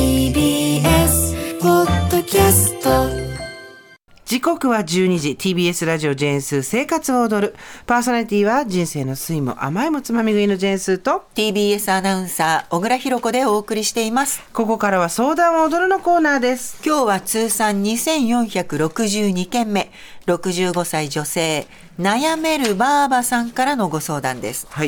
TBS ポッドキャスト。 時刻は12時。 TBS ラジオジェーンスー生活を踊る。パーソナリティは人生の酸いも甘いもつまみ食いのジェーンスーと TBS アナウンサー小倉弘子でお送りしています。 ここからは相談を踊るのコーナーです。 今日は通算2462件目、65歳女性悩めるばあばさんからのご相談です。 はい、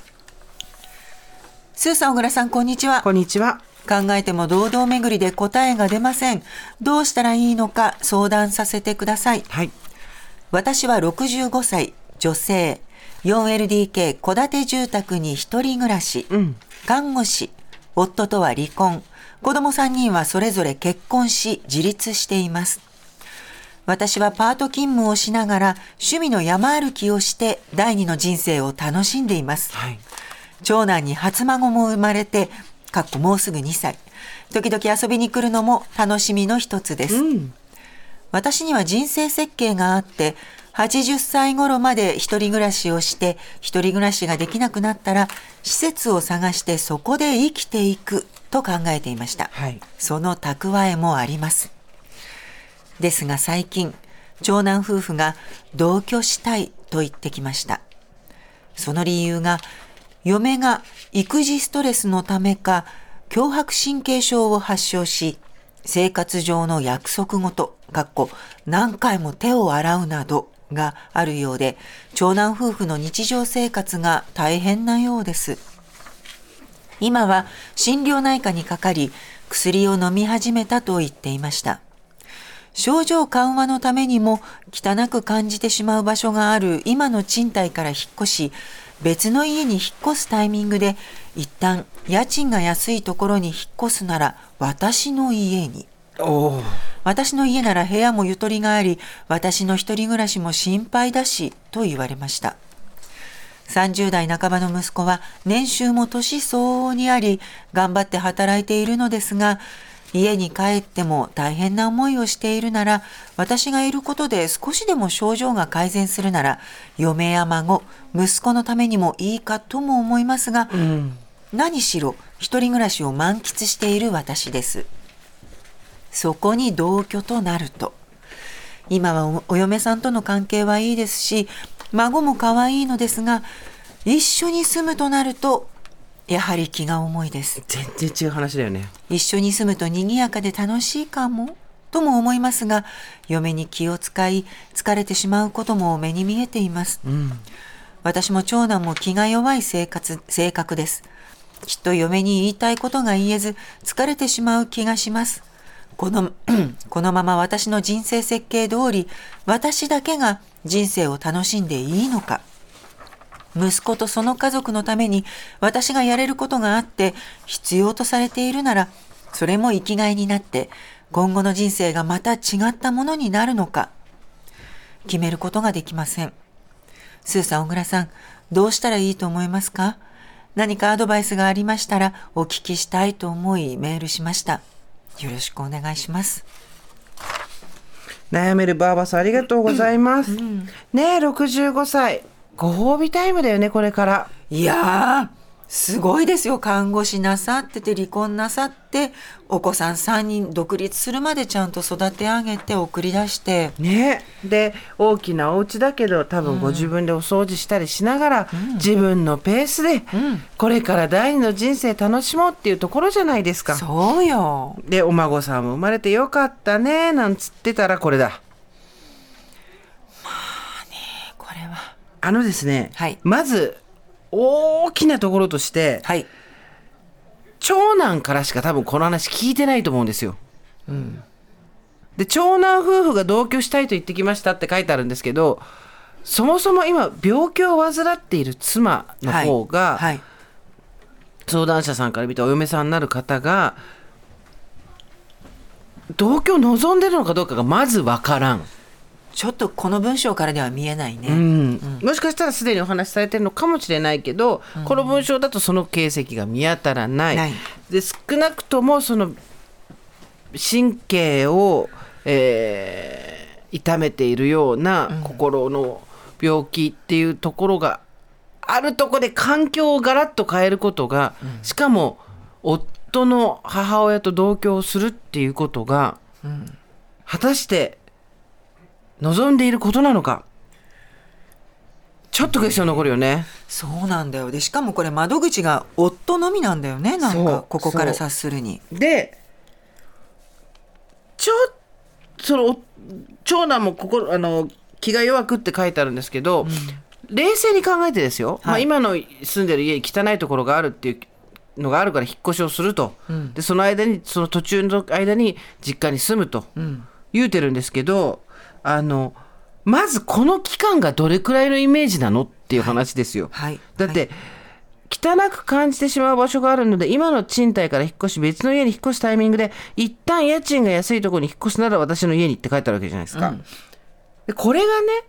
スーさん、小倉さん、こんにちは。 こんにちは。 考えても堂々巡りで答えが出ません。どうしたらいいのか相談させてください。 はい、 私は65歳女性 4LDK 戸建て住宅に一人暮らし、看護師、夫とは離婚、子供3人はそれぞれ結婚し自立しています。私はパート勤務をしながら趣味の山歩きをして第二の人生を楽しんでいます。 はい、 長男に初孫も生まれてもうすぐ2歳。時々遊びに来るのも楽しみの一つです。私には人生設計があって、80歳頃まで一人暮らしをして、一人暮らしができなくなったら施設を探してそこで生きていくと考えていました。 はい、 その蓄えもあります。ですが最近、長男夫婦が同居したいと言ってきました。その理由が、嫁が育児ストレスのためか強迫神経症を発症し、生活上の約束事何回も手を洗うなどがあるようで、長男夫婦の日常生活が大変なようです。今は心療内科にかかり、薬を飲み始めたと言っていました。症状緩和のためにも汚く感じてしまう場所がある今の賃貸から引っ越し、別の家に引っ越すタイミングで一旦家賃が安いところに引っ越すなら私の家に。私の家なら部屋もゆとりがあり、私の一人暮らしも心配だしと言われました。30代半ばの息子は年収も年相応にあり、頑張って働いているのですが、家に帰っても大変な思いをしているなら、私がいることで少しでも症状が改善するなら、嫁や孫、息子のためにもいいかとも思いますが、何しろ一人暮らしを満喫している私です。そこに同居となると、今はお嫁さんとの関係はいいですし、孫も可愛いのですが、一緒に住むとなるとやはり気が重いです。 全然違う話だよね。 一緒に住むと賑やかで楽しいかもとも思いますが、嫁に気を使い疲れてしまうことも目に見えています。私も長男も気が弱い性格です。きっと嫁に言いたいことが言えず疲れてしまう気がします。このまま私の人生設計通り、私だけが人生を楽しんでいいのか。息子とその家族のために私がやれることがあって必要とされているなら、それも生きがいになって今後の人生がまた違ったものになるのか、決めることができません。スーさん、小倉さん、どうしたらいいと思いますか？何かアドバイスがありましたらお聞きしたいと思いメールしました。よろしくお願いします。 悩めるばあばさん、ありがとうございます。ねえ、65歳。ご褒美タイムだよね、これから。 いやー、すごいですよ。看護師なさってて、離婚なさって、お子さん3人独立するまでちゃんと育て上げて送り出してね。で、大きなお家だけど多分ご自分でお掃除したりしながら、自分のペースで、これから第二の人生楽しもうっていうところじゃないですか。 そうよ。 で、お孫さんも生まれてよかったねなんつってたらこれだ。まあね、これはですね、 はい、 まず大きなところとして、 はい、 長男からしか多分この話聞いてないと思うんですよ。で、長男夫婦が同居したいと言ってきましたって書いてあるんですけど、そもそも今病気を患っている妻の方が、相談者さんから見てお嫁さんになる方が同居を望んでるのかどうかがまず分からん。 ちょっとこの文章からでは見えないね。 もしかしたらすでにお話しされてるのかもしれないけど、この文章だとその形跡が見当たらない。で、少なくともその神経を、痛めているような心の病気っていうところがあるところで環境をガラッと変えることが、しかも夫夫の母親と同居をするっていうことが、果たして望んでいることなのか、ちょっとクエスチョン残るよね。 そうなんだよ。でしかもこれ窓口が夫のみなんだよね、なんかここから察するに。 でその長男も気が弱くって書いてあるんですけど、冷静に考えてですよ、今の住んでる家に汚いところがあるっていうのがあるから引っ越しをすると、でその途中の間に実家に住むと言うてるんですけど、まずこの期間がどれくらいのイメージなのっていう話ですよ。だって、汚く感じてしまう場所があるので、今の賃貸から引っ越し別の家に引っ越すタイミングで一旦家賃が安いところに引っ越すなら私の家にって書いてあるわけじゃないですか。でこれがね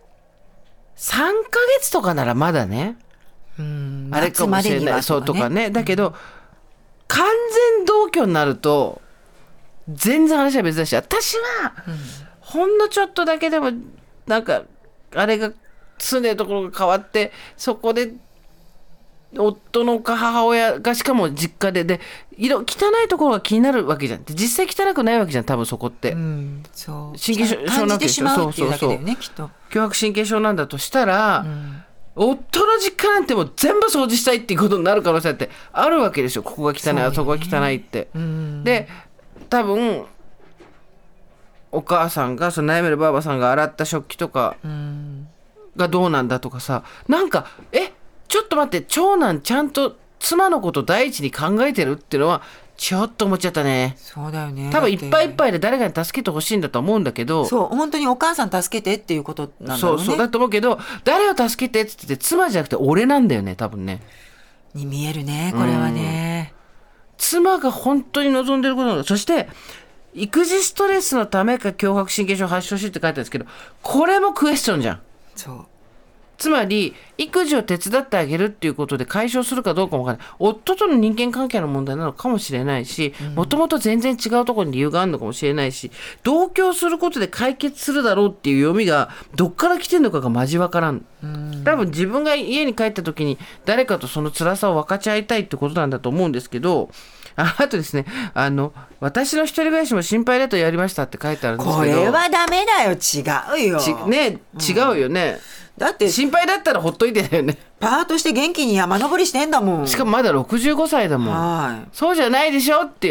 3ヶ月とかならまだね、あれかもしれない、そうとかね。だけど、完全同居になると全然話は別だし、私は、ほんのちょっとだけでもなんかあれが住んでるところが変わって、そこで夫の母親がしかも実家で汚いところが気になるわけじゃん。実際汚くないわけじゃん、多分そこって、 そう神経症なわけでしょ。 感じてしまうっていうだけだよね、きっと。 強迫神経症なんだとしたら、夫の実家なんてもう全部掃除したいっていうことになる可能性ってあるわけでしょ。ここが汚い、あそこが汚いって、で多分お母さんがその悩めるばあばさんが洗った食器とかがどうなんだとかさ、なんかちょっと待って、長男ちゃんと妻のこと第一に考えてるっていうのはちょっと思っちゃったね。 そうだよね。 多分いっぱいいっぱいで誰かに助けてほしいんだと思うんだけど、 そう本当にお母さん助けてっていうことなんだろうね。 そうだと思うけど、誰を助けてって言って妻じゃなくて俺なんだよね、多分ね。 に見えるね、これはね。 妻が本当に望んでることなんだ。そして育児ストレスのためか強迫神経症を発症しって書いてあるんですけど、これもクエスチョンじゃん。 そうつまり育児を手伝ってあげるっていうことで解消するかどうかも分からない。夫との人間関係の問題なのかもしれないし、もともと全然違うところに理由があるのかもしれないし、同居することで解決するだろうっていう読みがどっから来てんのかがマジ分からん。多分自分が家に帰った時に誰かとその辛さを分かち合いたいってことなんだと思うんですけど、あとですね、私の一人暮らしも心配だとやりましたって書いてあるんですけど、 これはダメだよ、違うよ。 違うよね。 だって心配だったらほっといてだよね。 パートして元気に山登りしてんだもん。 しかもまだ65歳だもん。そうじゃないでしょっていう、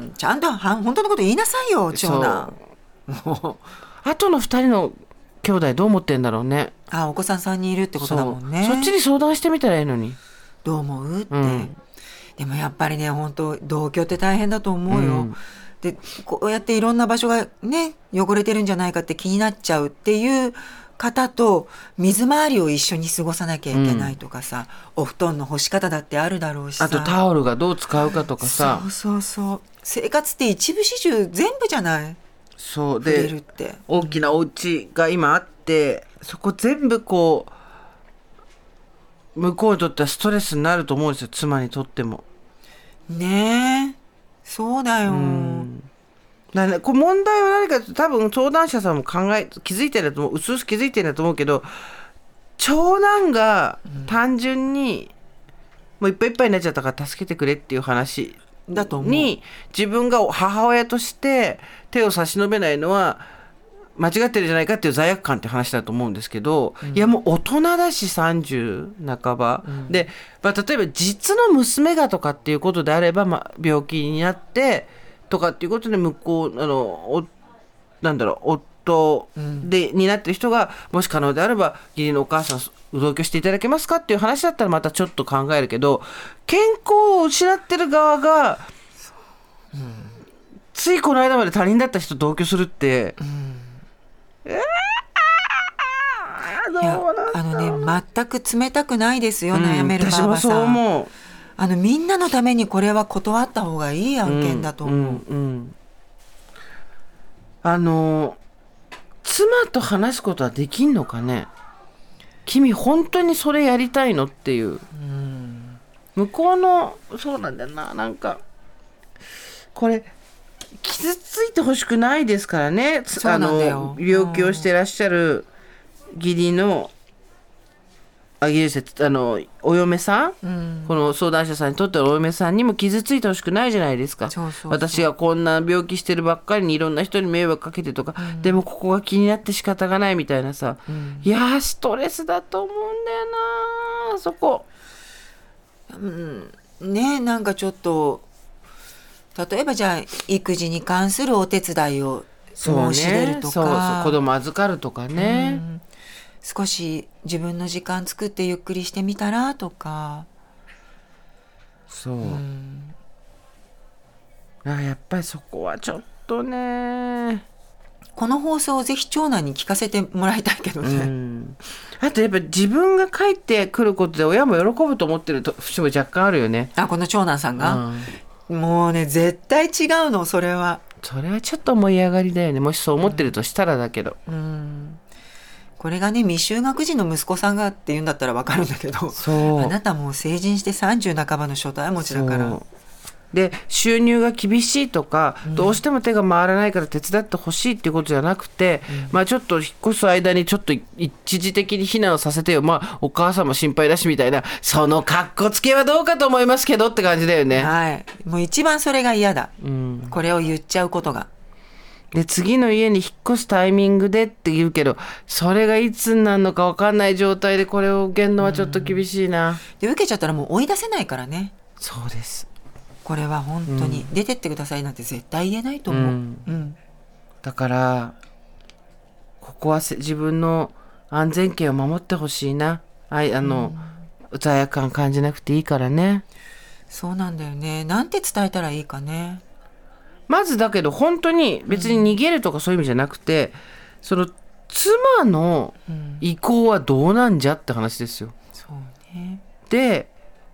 ちゃんと本当のこと言いなさいよ、長男。 あとの2人の兄弟どう思ってんだろうね。 お子さん3人いるってことだもんね。 そっちに相談してみたらいいのに。 どう思うって、でもやっぱりね、本当同居って大変だと思うよ、でこうやっていろんな場所がね汚れてるんじゃないかって気になっちゃうっていう方と、水回りを一緒に過ごさなきゃいけないとかさ、お布団の干し方だってあるだろうしさ、 あとタオルがどう使うかとかさ、 そう生活って一部始終全部じゃない。 そうでで大きなお家が今あって、そこ全部こう向こうにとってはストレスになると思うんですよ、妻にとってもね。そうだよ、 これ問題は何かというと、多分相談者さんも気づいてると思う、うすうす気づいてるんだと思うけど、長男が単純にもういっぱいいっぱいになっちゃったから助けてくれっていう話だと思うに、自分が母親として手を差し伸べないのは間違ってるじゃないかっていう罪悪感って話だと思うんですけど、いやもう大人だし30半ば、で、例えば実の娘がとかっていうことであれば、病気になってとかっていうことで向こう夫でになってる人がもし可能であれば義理のお母さん同居していただけますかっていう話だったらまたちょっと考えるけど、健康を失ってる側が、ついこの間まで他人だった人と同居するって、 全く冷たくないですよ、悩めるばあばさん。 私もそう思う。 みんなのためにこれは断った方がいい案件だと思う。 妻と話すことはできんのかね。君本当にそれやりたいのっていう、向こうのそうなんだよな、なんかこれ傷ついてほしくないですからね。 そうなんだよ。 病気をしてらっしゃる義理のあげるせお嫁さん、この相談者さんにとってのお嫁さんにも傷ついてほしくないじゃないですか。 そうそうそう、 私がこんな病気してるばっかりにいろんな人に迷惑かけてとか、でもここが気になって仕方がないみたいなさ、いやーストレスだと思うんだよなそこ。 ね、なんかちょっと例えばじゃあ育児に関するお手伝いを申し出るとか、 そう子供預かるとかね、 少し自分の時間作ってゆっくりしてみたらとか。 そう、やっぱりそこはちょっとね。 この放送をぜひ長男に聞かせてもらいたいけどね、 あとやっぱ自分が帰ってくることで親も喜ぶと思ってる節も若干あるよね。 この長男さんが、もうね絶対違うのそれは。 それはちょっと思い上がりだよね、もしそう思ってるとしたらだけど、 これがね未就学児の息子さんがって言うんだったら分かるんだけど、あなたもう成人して30半ばの初対持ちだから。 で収入が厳しいとか、どうしても手が回らないから手伝ってほしいっていうことじゃなくて、ちょっと引っ越す間にちょっと一時的に避難をさせてよ、お母さんも心配だしみたいな、そのカッコつけはどうかと思いますけどって感じだよね。 はい、もう一番それが嫌だ、これを言っちゃうことが。 で次の家に引っ越すタイミングでって言うけど、それがいつになるのか分かんない状態でこれを受けるのはちょっと厳しいな、 で受けちゃったらもう追い出せないからね。 そうです。 これは本当に、出てってくださいなんて絶対言えないと思う、 だからここは自分の安全圏を守ってほしいな。罪悪感感じなくていいからね。 そうなんだよね。なんて伝えたらいいかね。 まずだけど本当に別に逃げるとかそういう意味じゃなくて、その妻の意向はどうなんじゃって話ですよ。 そうね。 で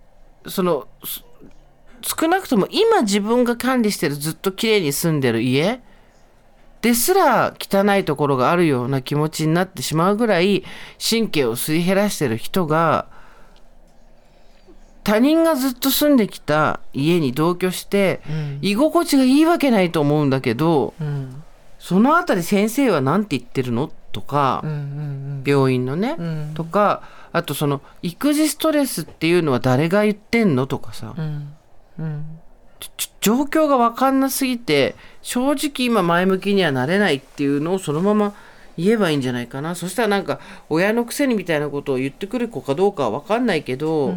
少なくとも今自分が管理してるずっときれいに住んでる家ですら汚いところがあるような気持ちになってしまうぐらい神経をすり減らしてる人が、他人がずっと住んできた家に同居して居心地がいいわけないと思うんだけど、そのあたり先生は何て言ってるのとか、病院のね、とか、あとその育児ストレスっていうのは誰が言ってんのとかさ、状況が分かんなすぎて正直今前向きにはなれないっていうのをそのまま言えばいいんじゃないかな。そしたらなんか親のくせにみたいなことを言ってくる子かどうかは分かんないけど、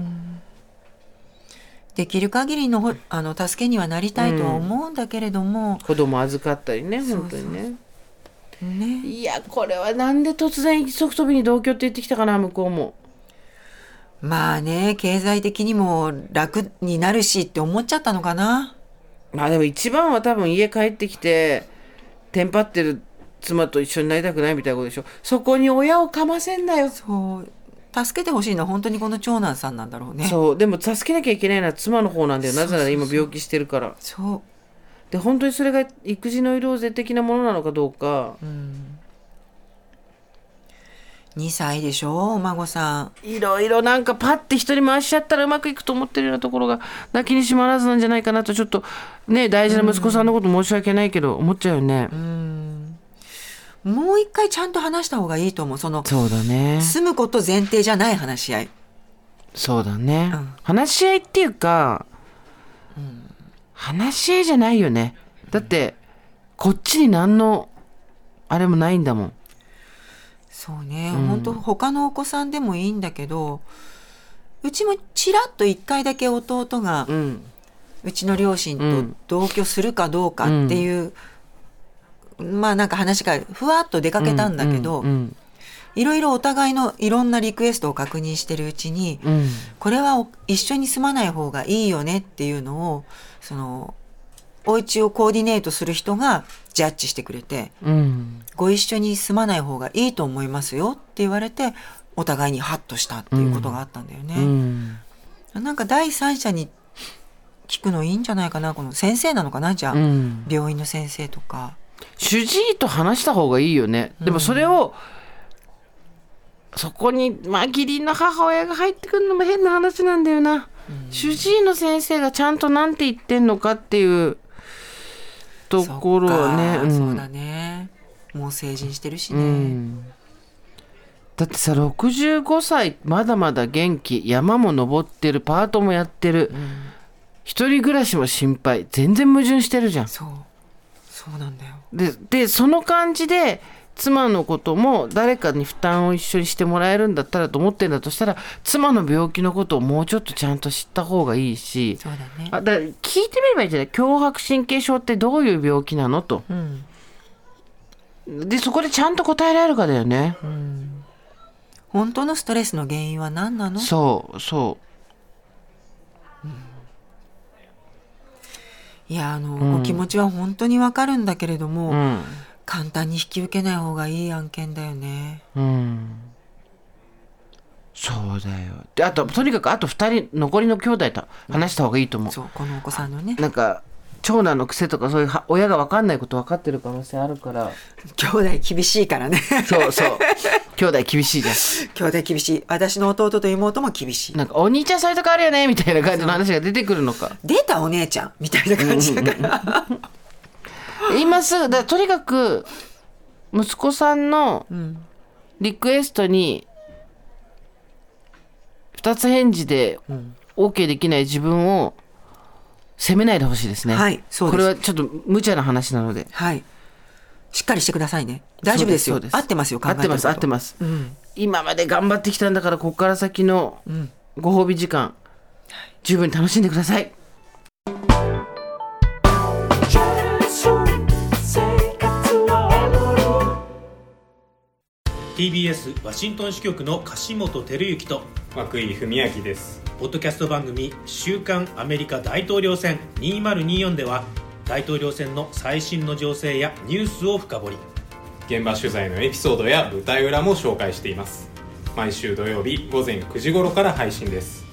できる限りの助けにはなりたいとは思うんだけれども、 子供預かったりね、本当にね。 ね、 いやこれはなんで突然一足飛びに同居って言ってきたかな、向こうも。 まあね、経済的にも楽になるしって思っちゃったのかな。 でも一番は多分家帰ってきてテンパってる妻と一緒になりたくないみたいなことでしょ。そこに親をかませんなよ。 そう助けてほしいのは本当にこの長男さんなんだろうね。 そうでも助けなきゃいけないのは妻の方なんだよ。なぜなら今病気してるから。 そうで本当にそれが育児の色ぜ的なものなのかどうか、 2歳でしょお孫さん。 いろいろなんかパッて人に回しちゃったらうまくいくと思ってるようなところが泣きにしまらずなんじゃないかなと、ちょっとね大事な息子さんのこと申し訳ないけど思っちゃうよね。 もう一回ちゃんと話した方がいいと思う。 そうだね、 住むこと前提じゃない話し合い。 そうだね、話し合いっていうか、話し合いじゃないよね。だってこっちに何のあれもないんだもん。 そうね、本当他のお子さんでもいいんだけど、うちもちらっと1回だけ弟が、うちの両親と同居するかどうかっていう、なんか話がふわっと出かけたんだけど、いろいろお互いのいろんなリクエストを確認してるうちに、これは一緒に住まない方がいいよねっていうのをお家をコーディネートする人がジャッジしてくれて、ご一緒に住まない方がいいと思いますよって言われて、お互いにハッとしたっていうことがあったんだよね。なんか第三者に聞くのいいんじゃないかな。この先生なのかな、じゃあ、病院の先生とか主治医と話した方がいいよね。でもそれを、そこに義理の母親が入ってくるのも変な話なんだよな。主治医の先生がちゃんとなんて言ってんのかっていうところはね。 そうだね、もう成人してるしね。 だってさ65歳まだまだ元気、山も登ってる、パートもやってる、一人暮らしも心配、全然矛盾してるじゃん。 そうなんだよ。 でその感じで妻のことも誰かに負担を一緒にしてもらえるんだったらと思ってんだとしたら、妻の病気のことをもうちょっとちゃんと知った方がいいし、 そうだね。 だから聞いてみればいいんじゃない？強迫神経症ってどういう病気なのと、でそこでちゃんと答えられるかだよね。 本当のストレスの原因は何なの？ そう、 いやお気持ちは本当にわかるんだけれども、簡単に引き受けない方がいい案件だよね。 そうだよ。であととにかくあと2人残りの兄弟と話した方がいいと思う。 そう、このお子さんのね。 なんか長男の癖とかそういう親が分かんないこと分かってる可能性あるから。 兄弟厳しいからね。 そう兄弟厳しいじゃん。 兄弟厳しい。私の弟と妹も厳しい。 なんかお兄ちゃんそういうとこあるよねみたいな感じの話が出てくるのか。 出たお姉ちゃんみたいな感じだから、 今すぐとにかく息子さんのリクエストに2つ返事で OK できない自分を責めないでほしいですね。 はい、そうです。 これはちょっと無茶な話なので、 はい、しっかりしてくださいね。大丈夫ですよ。合ってますよ。考えてること。 合ってます、今まで頑張ってきたんだから、ここから先のご褒美時間、十分楽しんでください。 TBS ワシントン支局の樫本照之と涌井文明です。 ポッドキャスト番組週刊アメリカ大統領選2024では、大統領選の最新の情勢やニュースを深掘り、 現場取材のエピソードや舞台裏も紹介しています。毎週土曜日午前9時頃から配信です。